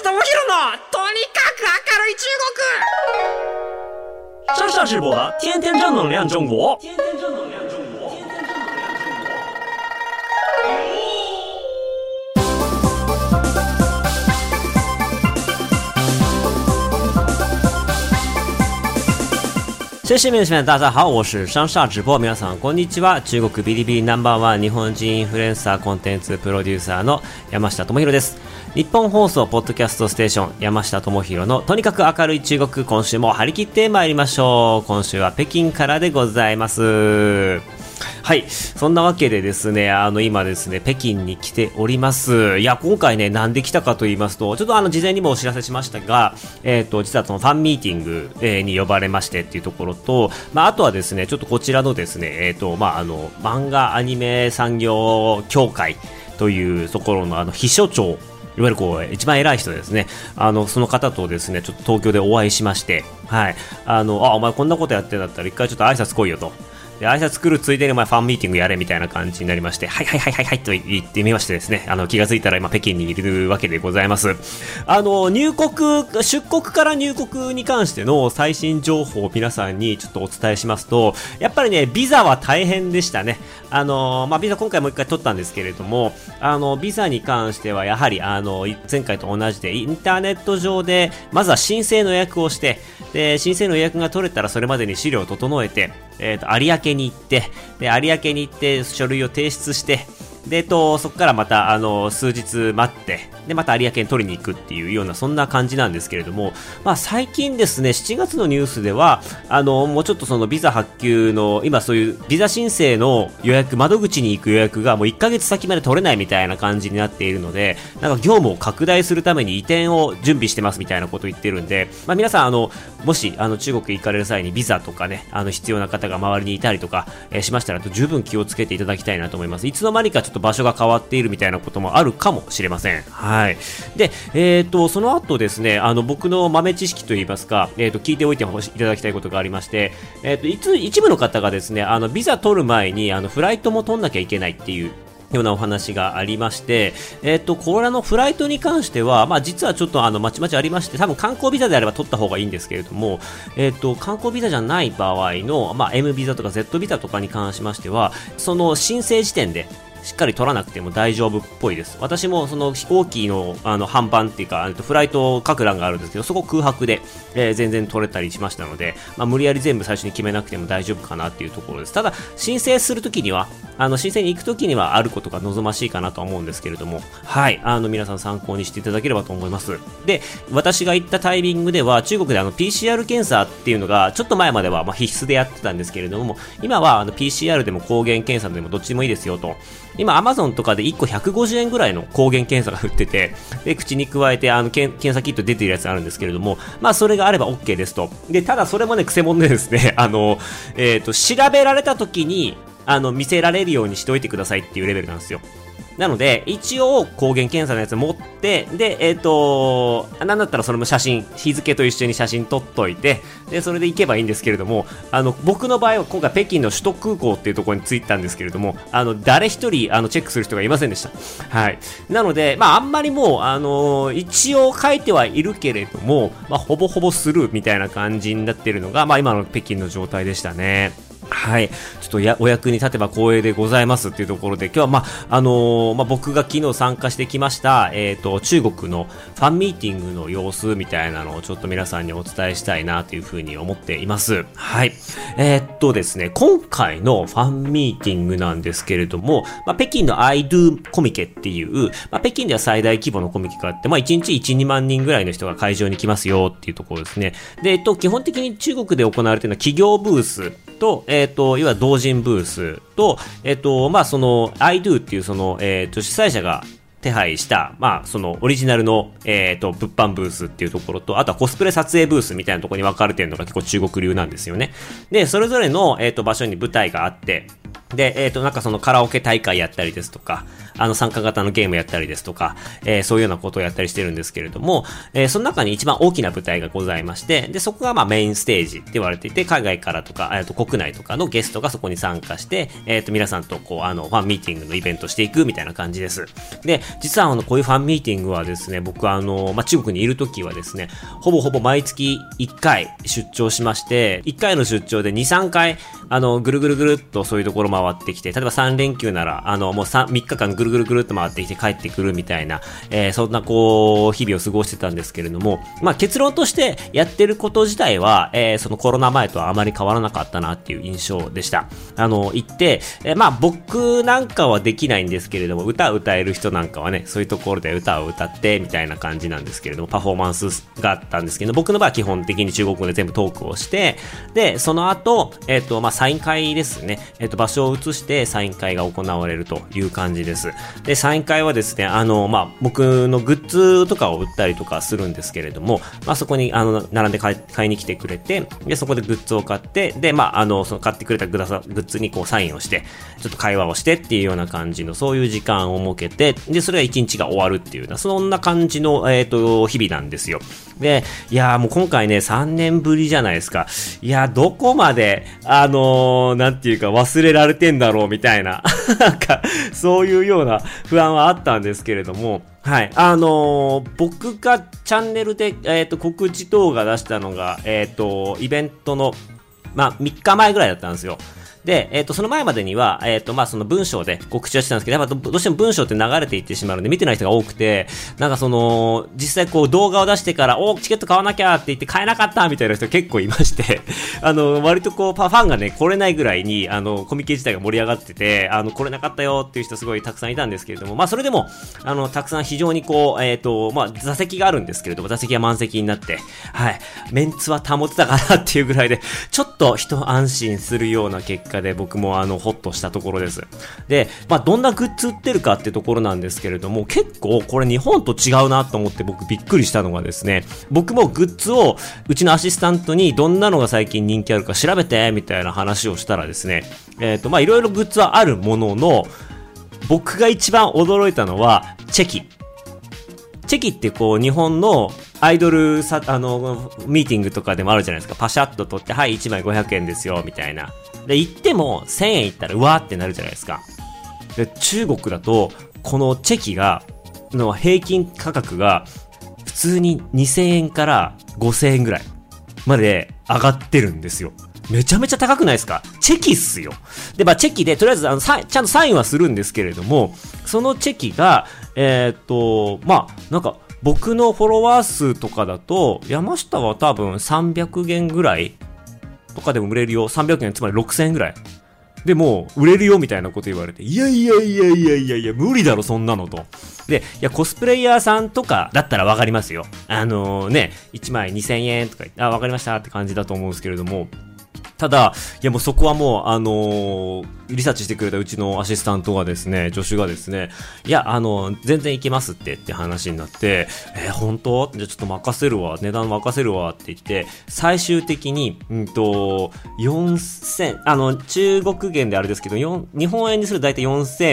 智弘のとにかく明るい中国。 上下直播的天天正能量中国。谢谢皆さん、大家好，我是上下直播。皆さんこんにちは。中国ビリビリナンバーワン日本人インフルエンサーコンテンツプロデューサーの山下智博です。日本放送ポッドキャストステーション山下智博のとにかく明るい中国、今週も張り切ってまいりましょう。今週は北京からでございます。はい、そんなわけでですね、今ですね、北京に来ております。いや、今回ね、なんで来たかと言いますと、ちょっと事前にもお知らせしましたが、実はそのファンミーティング、に呼ばれましてっていうところと、あとはですね、ちょっとこちらのですね、漫画アニメ産業協会というところの秘書長、いわゆる一番偉い人ですね。その方とですね、ちょっと東京でお会いしまして、はい。お前こんなことやってんだったら一回ちょっと挨拶来いよと。で、挨拶来るついでにファンミーティングやれみたいな感じになりまして、はいと言ってみましてですね、気がついたら今北京にいるわけでございます。出国から入国に関しての最新情報を皆さんにちょっとお伝えしますと、やっぱりね、ビザは大変でしたね。ビザ今回もう一回取ったんですけれども、ビザに関してはやはり前回と同じでインターネット上で、まずは申請の予約をして、で、申請の予約が取れたらそれまでに資料を整えて、有明に行って、で、有明に行って書類を提出して、で、そこからまた、数日待って、で、また有明に取りに行くっていうような、そんな感じなんですけれども、最近ですね、7月のニュースでは、もうちょっとそのビザ発給の、今そういうビザ申請の予約、窓口に行く予約がもう1ヶ月先まで取れないみたいな感じになっているので、なんか業務を拡大するために移転を準備してますみたいなことを言ってるんで、皆さん、もし、中国行かれる際にビザとかね、必要な方が周りにいたりとか、しましたら、十分気をつけていただきたいなと思います。いつの間にかちょっと場所が変わっているみたいなこともあるかもしれません。はい。で、その後ですね、僕の豆知識といいますか、聞いておいていただきたいことがありまして、一部の方がですね、ビザ取る前に、フライトも取んなきゃいけないっていう、ようなお話がありまして、これのフライトに関しては、実はちょっとまちまちありまして、多分観光ビザであれば取った方がいいんですけれども、観光ビザじゃない場合の、M ビザとか Z ビザとかに関しましては、その申請時点で、しっかり取らなくても大丈夫っぽいです。私もその飛行機の搬搬っていうかフライト各欄があるんですけど、そこ空白で、全然取れたりしましたので、無理やり全部最初に決めなくても大丈夫かなっていうところです。ただ申請するときには申請に行くときにはあることが望ましいかなと思うんですけれども、はい、皆さん参考にしていただければと思います。で、私が行ったタイミングでは中国でPCR 検査っていうのがちょっと前までは必須でやってたんですけれども、今はPCR でも抗原検査でもどっちでもいいですよと。今 Amazon とかで1個150円ぐらいの抗原検査が売ってて、で口に加えて検査キット出てるやつがあるんですけれども、それがあれば OK ですと。で、ただそれもね、クセモンでですね、調べられた時に見せられるようにしておいてくださいっていうレベルなんですよ。なので、一応、抗原検査のやつ持って、で、なんだったらそれも写真、日付と一緒に写真撮っといて、で、それで行けばいいんですけれども、僕の場合は今回北京の首都空港っていうところに着いたんですけれども、誰一人、チェックする人がいませんでした。はい。なので、あんまりもう、一応書いてはいるけれども、ほぼほぼスルーみたいな感じになっているのが、今の北京の状態でしたね。はい。ちょっとお役に立てば光栄でございますっていうところで、今日は僕が昨日参加してきました、中国のファンミーティングの様子みたいなのをちょっと皆さんにお伝えしたいなというふうに思っています。はい。ですね、今回のファンミーティングなんですけれども、北京の I do コミケっていう、北京では最大規模のコミケがあって、1日1、2万人ぐらいの人が会場に来ますよっていうところですね。で、基本的に中国で行われているのは企業ブースと、いわゆる同人ブースと、その、I do っていうその、主催者が手配した、その、オリジナルの、物販ブースっていうところと、あとはコスプレ撮影ブースみたいなところに分かれてるのが結構中国流なんですよね。で、それぞれの、場所に舞台があって、 で、なんかそのカラオケ大会やったりですとか、参加型のゲームやったりですとか、そういうようなことをやったりしてるんですけれども、その中に一番大きな舞台がございまして、で、そこがまあメインステージって言われていて、海外からとか、国内とかのゲストがそこに参加して、皆さんとこう、ファンミーティングのイベントしていくみたいな感じです。で、実はこういうファンミーティングはですね、僕まあ、中国にいるときはですね、ほぼ毎月1回出張しまして、1回の出張で2、3回、ぐるぐるっとそういうところ回ってきて、例えば3連休なら、もう3日間ぐるぐるっと回ってきて帰ってくるみたいな、そんなこう、日々を過ごしてたんですけれども、まあ結論としてやってること自体は、そのコロナ前とはあまり変わらなかったなっていう印象でした。行って、まあ僕なんかはできないんですけれども、歌える人なんかはね、そういうところで歌を歌ってみたいな感じなんですけれども、パフォーマンスがあったんですけど、僕の場合は基本的に中国語で全部トークをして、で、その後、まあサイン会ですね、場所を移してサイン会が行われるという感じです。で、サイン会はですね、まあ僕のグッズとかを売ったりとかするんですけれども、まあそこに並んで買いに来てくれて、で、そこでグッズを買って、で、まあその買ってくれたグッズにこうサインをして、ちょっと会話をしてっていうような感じの、そういう時間を設けて、で、それが1日が終わるっていうような、そんな感じの、日々なんですよ。で、いやーもう今回ね、3年ぶりじゃないですか。いやー、どこまで、なんていうか忘れられてんだろうみたいな、なんか、そういうような不安はあったんですけれども、はい。僕がチャンネルで、告知動画出したのが、イベントの、まあ、3日前ぐらいだったんですよ。で、その前までには、まあ、その文章で告知はしてたんですけど、やっぱどうしても文章って流れていってしまうので、見てない人が多くて、なんか実際こう動画を出してから、チケット買わなきゃって言って買えなかったみたいな人結構いまして、割とこう、ファンがね、来れないぐらいに、コミケ自体が盛り上がってて、来れなかったよっていう人すごいたくさんいたんですけれども、まあ、それでも、たくさん非常にこう、まあ、座席があるんですけれども、座席が満席になって、はい、メンツは保てたかなっていうぐらいで、ちょっと一安心するような結果で僕もホッとしたところです。で、まあ、どんなグッズ売ってるかってところなんですけれども、結構これ日本と違うなと思って僕びっくりしたのがですね、僕もグッズをうちのアシスタントにどんなのが最近人気あるか調べてみたいな話をしたらですね、まあ、いろいろグッズはあるものの、僕が一番驚いたのはチェキってこう日本のアイドルミーティングとかでもあるじゃないですか。パシャッと取って、はい、1枚500円ですよ、みたいな。で、言っても1000円いったらうわーってなるじゃないですか。で、中国だと、このチェキの平均価格が、普通に2000円から5000円ぐらいまで上がってるんですよ。めちゃめちゃ高くないですか？チェキっすよ。で、まあ、チェキで、とりあえず、ちゃんとサインはするんですけれども、そのチェキが、まあ、なんか、僕のフォロワー数とかだと、山下は多分300元ぐらいとかでも売れるよ。300元、つまり6000円ぐらい。でも、売れるよみたいなこと言われて、いや、無理だろ、そんなのと。で、いや、コスプレイヤーさんとかだったらわかりますよ。ね、1枚2000円とか言って、わかりましたって感じだと思うんですけれども、ただ、いやもうそこはもう、リサーチしてくれたうちのアシスタントがですね、助手がですね、いや、全然いけますって話になって、本当？じゃあちょっと任せるわ、値段任せるわって言って、最終的に、4000、中国元であれですけど、日本円にすると大体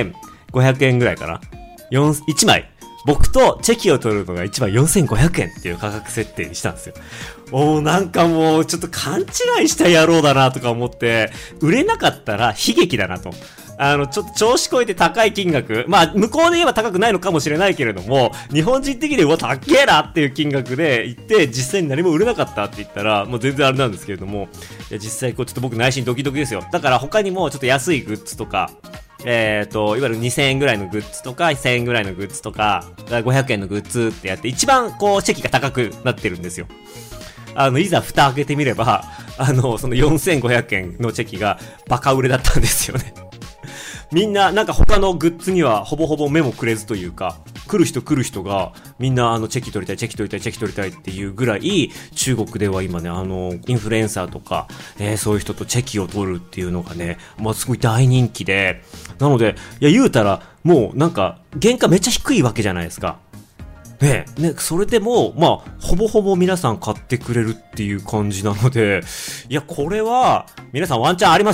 4500円ぐらいかな。1枚。僕とチェキを取るのが1枚4500円っていう価格設定にしたんですよ。なんかもうちょっと勘違いした野郎だなとか思って、売れなかったら悲劇だなと。ちょっと調子こいて高い金額。まあ、向こうで言えば高くないのかもしれないけれども、日本人的に高えなっていう金額で行って、実際に何も売れなかったって言ったら、もう全然あれなんですけれども、いや実際こうちょっと僕内心ドキドキですよ。だから他にもちょっと安いグッズとか、いわゆる2000円ぐらいのグッズとか、1000円ぐらいのグッズとか、500円のグッズってやって、一番こう、チェキが高くなってるんですよ。いざ蓋開けてみれば、その4500円のチェキがバカ売れだったんですよね。みんな、なんか他のグッズにはほぼほぼ目もくれずというか、来る人が、みんなチェキ取りたいっていうぐらい、中国では今ね、インフルエンサーとか、そういう人とチェキを取るっていうのがね、まあすごい大人気で、なので、いや言うたら、もうなんか、原価めっちゃ低いわけじゃないですか。ね、それでも、まあ、ほぼほぼ皆さん買ってくれるっていう感じなので、いや、これは、皆さんワンチャンありますよ。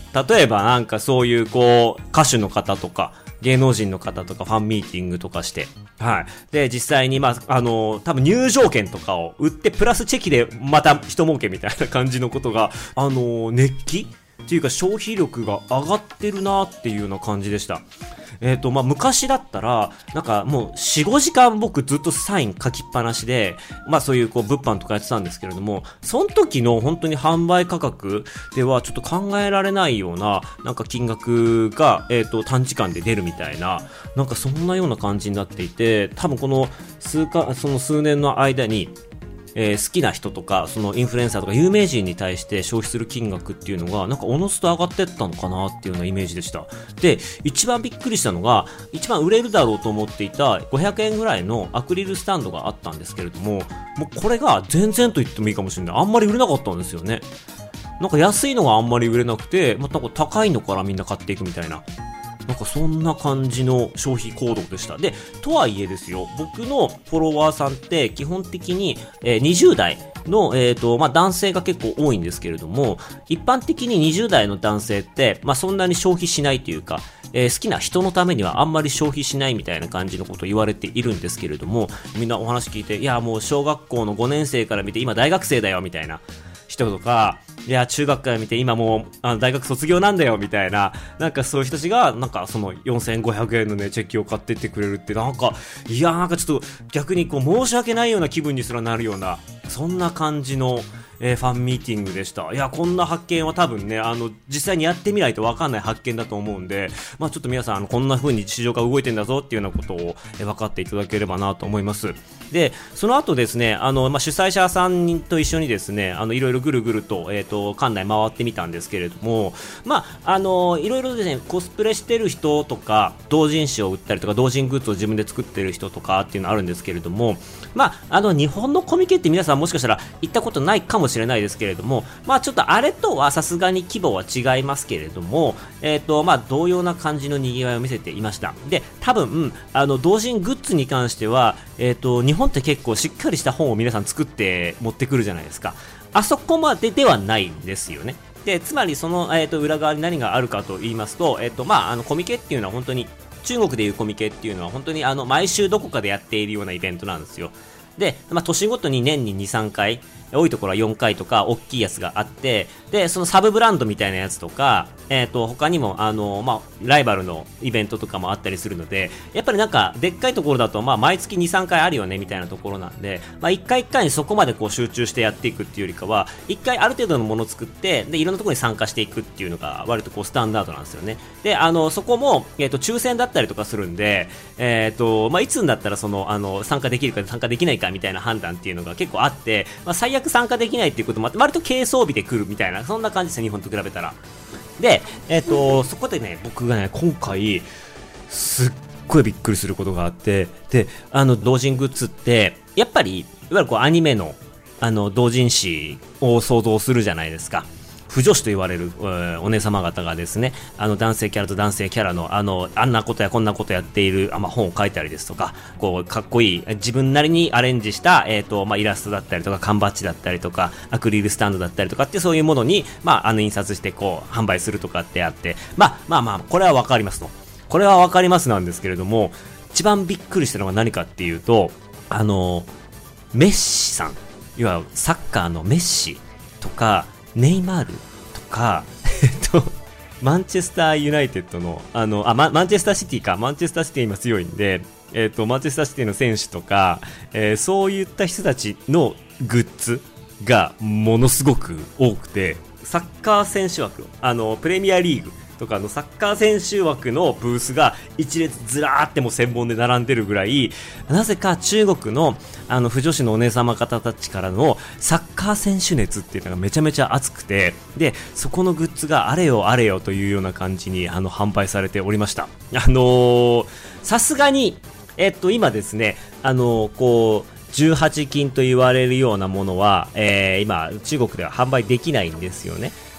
例えばなんかそういうこう、歌手の方とか、芸能人の方とかファンミーティングとかして、はい。で、実際に、まあ、多分入場券とかを売って、プラスチェキでまた人儲けみたいな感じのことが、熱気っていうか消費力が上がってるなっていうような感じでした。まあ、昔だったら、なんかもう4、5時間僕ずっとサイン書きっぱなしで、まあそういうこう物販とかやってたんですけれども、その時の本当に販売価格ではちょっと考えられないような、なんか金額が、短時間で出るみたいな、なんかそんなような感じになっていて、多分このその数年の間に、好きな人とかそのインフルエンサーとか有名人に対して消費する金額っていうのがなんかおのずと上がってったのかなっていうようなイメージでした。で、一番びっくりしたのが、一番売れるだろうと思っていた500円ぐらいのアクリルスタンドがあったんですけれども、もうこれが全然と言ってもいいかもしれない、あんまり売れなかったんですよね。なんか安いのがあんまり売れなくて、また高いのからみんな買っていくみたいな、なんかそんな感じの消費行動でした。で、とはいえですよ、僕のフォロワーさんって基本的に、20代の、まあ、男性が結構多いんですけれども、一般的に20代の男性って、まあ、そんなに消費しないというか、好きな人のためにはあんまり消費しないみたいな感じのことを言われているんですけれども、みんなお話聞いて、いやもう小学校の5年生から見て今大学生だよみたいな人とか、いや中学から見て今もう大学卒業なんだよみたいな、なんかそういう人たちがなんかその4500円のねチェキを買ってってくれるって、なんかいやなんかちょっと逆にこう申し訳ないような気分にすらなるような、そんな感じのファンミーティングでした。いや、こんな発見は多分ね、実際にやってみないと分かんない発見だと思うんで、まあちょっと皆さん、こんな風に市場が動いてんだぞっていうようなことを分かっていただければなと思います。で、その後ですね、まあ主催者さんと一緒にですね、いろいろぐるぐると、館内回ってみたんですけれども、まあ、いろいろですね、コスプレしてる人とか、同人誌を売ったりとか、同人グッズを自分で作ってる人とかっていうのあるんですけれども、まあ、日本のコミケって皆さんもしかしたら行ったことないかもしれないですけれども、まあちょっとあれとはさすがに規模は違いますけれども、まあ同様な感じの賑わいを見せていました。で、多分、同人グッズに関しては、日本って結構しっかりした本を皆さん作って持ってくるじゃないですか。あそこまでではないんですよね。で、つまりその、裏側に何があるかと言いますと、まあコミケっていうのは本当に、中国でいうコミケっていうのは本当に毎週どこかでやっているようなイベントなんですよ。で、まあ、年ごとに年に2、3回、多いところは4回とか大きいやつがあって、で、そのサブブランドみたいなやつとか、他にもまあ、ライバルのイベントとかもあったりするので、やっぱりなんか、でっかいところだと、まあ、毎月2、3回あるよね、みたいなところなんで、まあ、1回1回にそこまでこう集中してやっていくっていうよりかは、1回ある程度のものを作って、で、いろんなところに参加していくっていうのが、割とこう、スタンダードなんですよね。で、そこも、抽選だったりとかするんで、まあ、いつになったらその、参加できるか参加できないかみたいな判断っていうのが結構あって、まあ、最悪参加できないっていうこともあって、割と軽装備で来るみたいな、そんな感じですね、日本と比べたら。で、そこでね、僕がね、今回、すっごいびっくりすることがあって、で、同人グッズって、やっぱり、いわゆるこう、アニメの、同人誌を想像するじゃないですか。腐女子と言われる、お姉様方がですね、男性キャラと男性キャラの、あんなことやこんなことやっている、まあ、本を書いたりですとか、こう、かっこいい、自分なりにアレンジした、まあ、イラストだったりとか、缶バッジだったりとか、アクリルスタンドだったりとかって、そういうものに、まあ、印刷して、こう、販売するとかってあって、まあ、これはわかりますと。これはわかりますなんですけれども、一番びっくりしたのが何かっていうと、メッシさん、いわゆるサッカーのメッシとか、ネイマールとか、マンチェスターユナイテッドの、マンチェスターシティか、マンチェスターシティ今強いんで、マンチェスターシティの選手とか、そういった人たちのグッズがものすごく多くて、サッカー選手枠、プレミアリーグとかのサッカー選手枠のブースが一列ずらーってもう1000本で並んでるぐらい、なぜか中国の腐女子のお姉様方たちからのサッカー選手熱っていうのがめちゃめちゃ熱くて、でそこのグッズがあれよあれよというような感じに販売されておりました。さすがに今ですねこう18金と言われるようなものは、今中国では販売できないんですよね。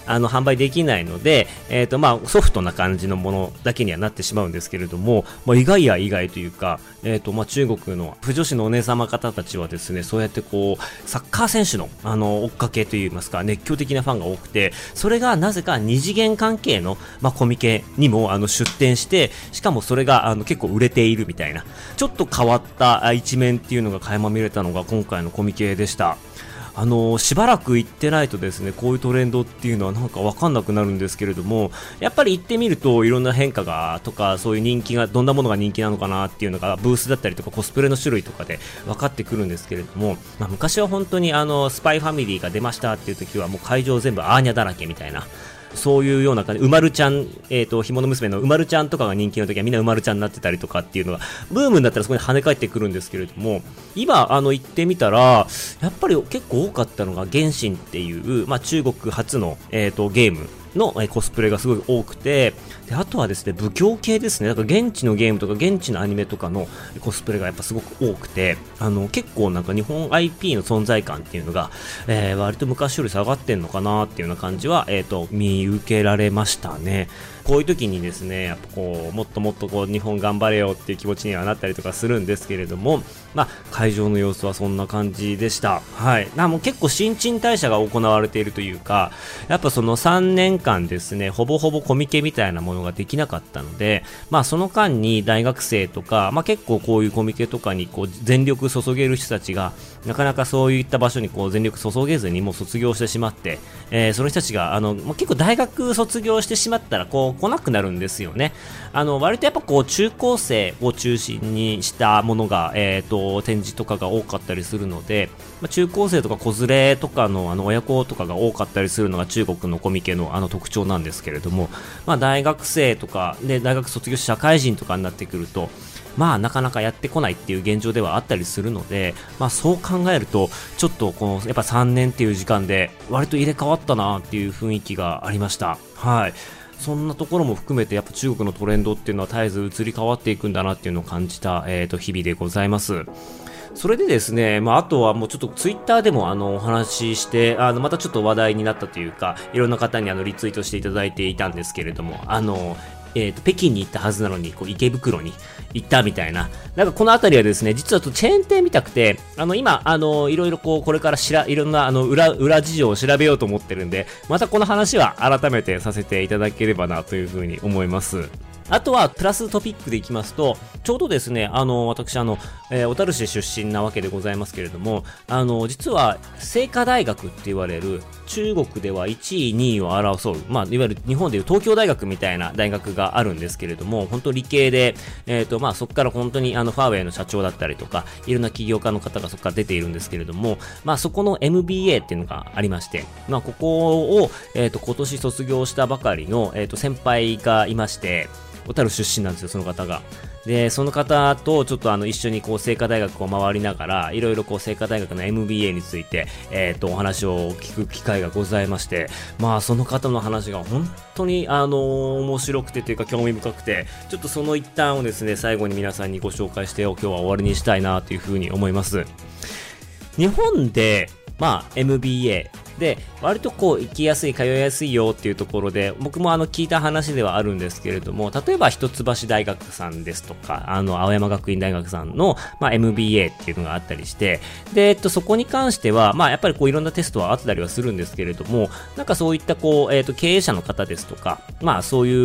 販売できないので、まあ、ソフトな感じのものだけにはなってしまうんですけれども、まあ、意外や意外というか、まあ、中国の不女子のお姉様方たちはですね、そうやってこう、サッカー選手の、追っかけといいますか、熱狂的なファンが多くて、それがなぜか二次元関係の、まあ、コミケにも、出展して、しかもそれが、結構売れているみたいな、ちょっと変わった一面っていうのが垣間見れたのが今回のコミケでした。しばらく行ってないとですね、こういうトレンドっていうのはなんかわかんなくなるんですけれども、やっぱり行ってみるといろんな変化がとか、そういう人気がどんなものが人気なのかなっていうのがブースだったりとかコスプレの種類とかで分かってくるんですけれども、まあ、昔は本当にスパイファミリーが出ましたっていう時はもう会場全部アーニャだらけみたいな、そういうような感じで、うまるちゃん、ひもの娘のうまるちゃんとかが人気の時はみんなうまるちゃんになってたりとかっていうのが、ブームになったらそこに跳ね返ってくるんですけれども、今、行ってみたら、やっぱり結構多かったのが、原神っていう、まあ、中国初の、ゲームのコスプレがすごい多くて、で、あとはですね、武教系ですね。だから現地のゲームとか現地のアニメとかのコスプレがやっぱすごく多くて、結構なんか日本 IP の存在感っていうのが、割と昔より下がってんのかなっていうような感じは、見受けられましたね。こういう時にですね、やっぱこう、もっともっとこう、日本頑張れよっていう気持ちにはなったりとかするんですけれども、まあ、会場の様子はそんな感じでした。はい。もう結構新陳代謝が行われているというか、やっぱその3年間ですね、ほぼほぼコミケみたいなものができなかったので、まあその間に大学生とか、まあ結構こういうコミケとかにこう全力注げる人たちが、なかなかそういった場所にこう全力注げずにもう卒業してしまって、その人たちが、まあ、結構大学卒業してしまったらこう来なくなるんですよね。割とやっぱこう中高生を中心にしたものが、展示とかが多かったりするので、まあ、中高生とか子連れとかの親子とかが多かったりするのが中国のコミケの特徴なんですけれども、まあ大学生とかで大学卒業して社会人とかになってくると、まあなかなかやってこないっていう現状ではあったりするので、まあそう考えるとちょっとこのやっぱ3年っていう時間で割と入れ替わったなっていう雰囲気がありました。はい。そんなところも含めてやっぱ中国のトレンドっていうのは絶えず移り変わっていくんだなっていうのを感じた、日々でございます。それでですね、まあ、あとはもうちょっとツイッターでもお話しして、またちょっと話題になったというか、いろんな方にリツイートしていただいていたんですけれども、北京に行ったはずなのに、こう、池袋に行ったみたいな。なんかこのあたりはですね、実はチェーン店見たくて、今、いろいろこう、これからいろんな、裏事情を調べようと思ってるんで、またこの話は改めてさせていただければなというふうに思います。あとは、プラストピックでいきますと、ちょうどですね、私、小樽市出身なわけでございますけれども、実は、清華大学って言われる、中国では1位、2位を争う、まあ、いわゆる日本でいう東京大学みたいな大学があるんですけれども、本当理系で、まあ、そこから本当にファーウェイの社長だったりとか、いろんな起業家の方がそこから出ているんですけれども、まあ、そこの MBA っていうのがありまして、まあ、ここを、今年卒業したばかりの、先輩がいまして、小樽出身なんですよ、その方が。で、その方とちょっと一緒にこう、清華大学を回りながら、いろいろこう、清華大学の MBA について、お話を聞く機会がございまして、まあ、その方の話が本当に、面白くてというか、興味深くて、ちょっとその一端をですね、最後に皆さんにご紹介して、今日は終わりにしたいなというふうに思います。日本で、まあ、MBA、で、割とこう行きやすい、通いやすいよっていうところで、僕も聞いた話ではあるんですけれども、例えば一橋大学さんですとか、青山学院大学さんの、まあ、MBA っていうのがあったりして、で、そこに関しては、まあ、やっぱりこういろんなテストはあったりはするんですけれども、なんかそういったこう、経営者の方ですとか、まあ、そういう、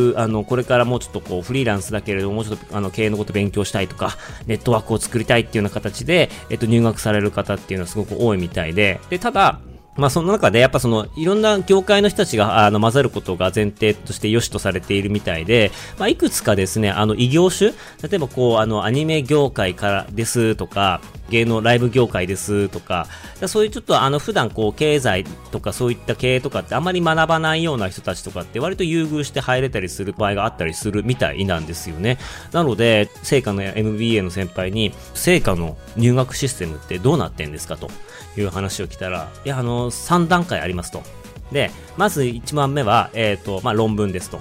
これからもうちょっとこう、フリーランスだけれども、もうちょっと経営のこと勉強したいとか、ネットワークを作りたいっていうような形で、入学される方っていうのはすごく多いみたいで、で、ただ、まあその中でやっぱいろんな業界の人たちが混ざることが前提として良しとされているみたいで、まあいくつかですね、異業種、例えばこうアニメ業界からですとか、芸能ライブ業界ですとか、そういうちょっと普段こう経済とかそういった経営とかってあまり学ばないような人たちとかって割と優遇して入れたりする場合があったりするみたいなんですよね。なので、清華の MBA の先輩に、清華の入学システムってどうなってんですかという話を聞いたら、いや、3段階ありますと。で、まず1番目は、まあ、論文ですと。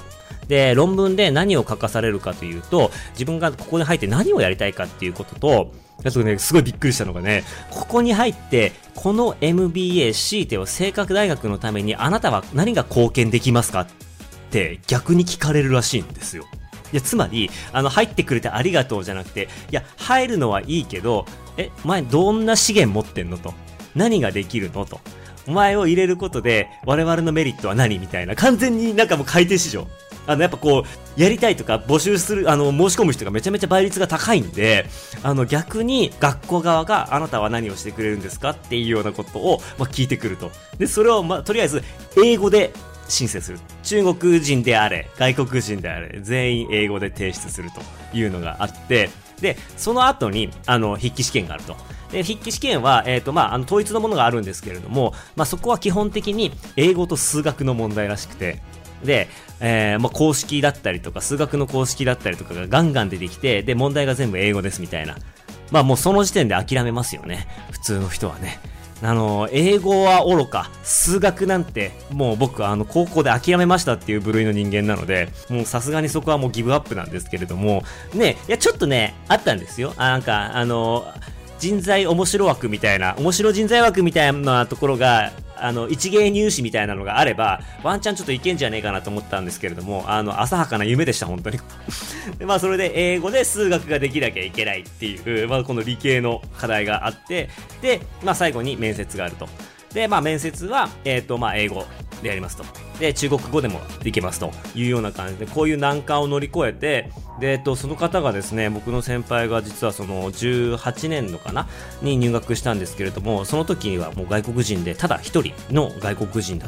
で、論文で何を書かされるかというと、自分がここに入って何をやりたいかっていうことと、あとね、すごいびっくりしたのがね、ここに入って、この MBA 強いては成格大学のためにあなたは何が貢献できますかって逆に聞かれるらしいんですよ。いや、つまり、入ってくれてありがとうじゃなくて、いや、入るのはいいけど、お前どんな資源持ってんのと。何ができるのと。お前を入れることで、我々のメリットは何みたいな。完全になんかもう改定市場。やっぱこう、やりたいとか募集する、申し込む人がめちゃめちゃ倍率が高いんで、逆に学校側があなたは何をしてくれるんですかっていうようなことを、聞いてくると。で、それをとりあえず、英語で申請する。中国人であれ、外国人であれ、全員英語で提出するというのがあって、で、その後に、筆記試験があると。で、筆記試験は、統一のものがあるんですけれども、そこは基本的に英語と数学の問題らしくて、で、公式だったりとか、数学の公式だったりとかがガンガン出てきて、で、問題が全部英語ですみたいな。もうその時点で諦めますよね。普通の人はね。英語は愚か、数学なんて、もう僕高校で諦めましたっていう部類の人間なので、もうさすがにそこはもうギブアップなんですけれども、ね、いや、ちょっとね、あったんですよ。人材面白枠みたいな、面白人材枠みたいなところが、一芸入試みたいなのがあれば、ワンチャンちょっといけんじゃねえかなと思ったんですけれども、浅はかな夢でした、本当に。で、それで英語で数学ができなきゃいけないっていう、この理系の課題があって、で、最後に面接があると。で、面接は、英語でやりますと。で、中国語でもできますというような感じで、こういう難関を乗り越えて、で、その方がですね、僕の先輩が実はその18年度かなに入学したんですけれども、その時にはもう外国人でただ一人の外国人だった、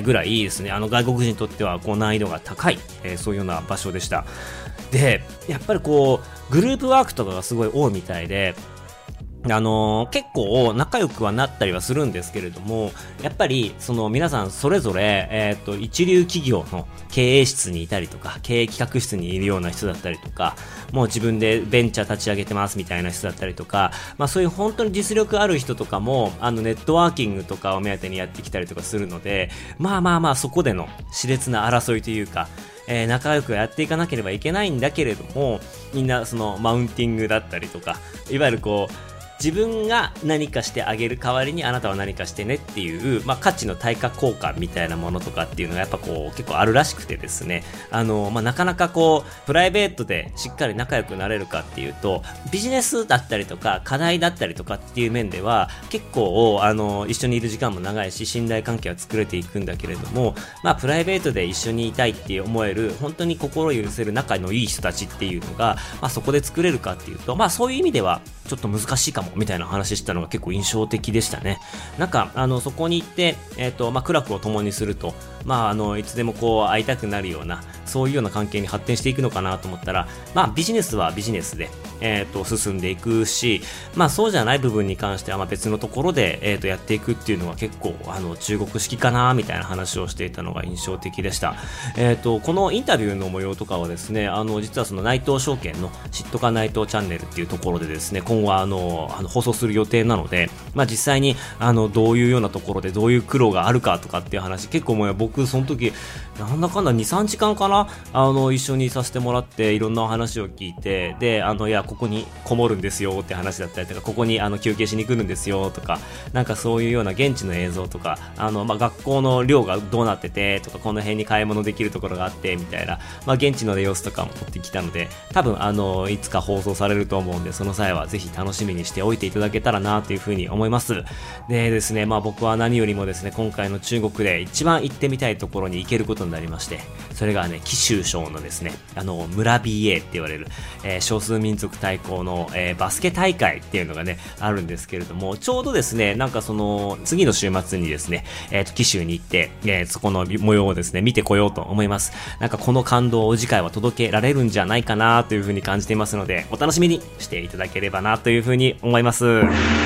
ぐらいですね、外国人にとってはこう難易度が高い、そういうような場所でした。で、やっぱりこう、グループワークとかがすごい多いみたいで、結構仲良くはなったりはするんですけれども、やっぱりその皆さんそれぞれ、一流企業の経営室にいたりとか、経営企画室にいるような人だったりとか、もう自分でベンチャー立ち上げてますみたいな人だったりとか、そういう本当に実力ある人とかも、ネットワーキングとかを目当てにやってきたりとかするので、そこでの熾烈な争いというか、仲良くやっていかなければいけないんだけれども、みんなそのマウンティングだったりとか、いわゆるこう、自分が何かしてあげる代わりにあなたは何かしてねっていう、価値の対価交換みたいなものとかっていうのがやっぱこう結構あるらしくてですね、なかなかこうプライベートでしっかり仲良くなれるかっていうと、ビジネスだったりとか課題だったりとかっていう面では結構一緒にいる時間も長いし信頼関係は作れていくんだけれども、プライベートで一緒にいたいって思える本当に心許せる仲のいい人たちっていうのが、そこで作れるかっていうと、そういう意味ではちょっと難しいかもみたいな話したのが結構印象的でしたね。なんかそこに行って苦楽を共にすると、いつでもこう会いたくなるような、そういうような関係に発展していくのかなと思ったら、ビジネスはビジネスで進んでいくし、そうじゃない部分に関しては別のところでやっていくっていうのは結構中国式かなみたいな話をしていたのが印象的でした。このインタビューの模様とかはですね、実はその内藤証券の知っとか内藤チャンネルっていうところでですね、今後は放送する予定なので、実際にどういうようなところでどういう苦労があるかとかっていう話、結構もう僕その時なんだかんだ 2,3 時間かな一緒にいさせてもらっていろんな話を聞いて、でいやここにこもるんですよって話だったりとか、ここに休憩しに来るんですよとか、なんかそういうような現地の映像とか、学校の寮がどうなっててとか、この辺に買い物できるところがあってみたいな、現地の様子とかも撮ってきたので、多分いつか放送されると思うんで、その際はぜひ楽しみにしておいていただけたらなというふうに思います。でですね、僕は何よりもですね、今回の中国で一番行ってみたいところに行けることになりまして、それがね、貴州省のですね、村 BA って言われる、少数民族対抗の、バスケ大会っていうのがね、あるんですけれども、ちょうどですね、なんかその次の週末にですね、貴州に行って、そこの模様をですね、見てこようと思います。なんかこの感動を次回は届けられるんじゃないかなというふうに感じていますので、お楽しみにしていただければなというふうに思います。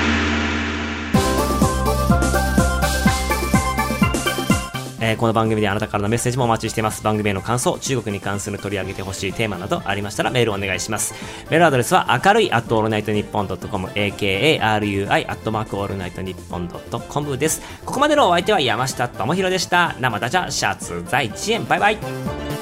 この番組であなたからのメッセージもお待ちしています。番組への感想、中国に関する取り上げてほしいテーマなどありましたらメールをお願いします。メールアドレスは明るい@allnightnippon.com、akarui@allnightnippon.com です。ここまでのお相手は山下智博でした。那么大家下次再见、バイバイ。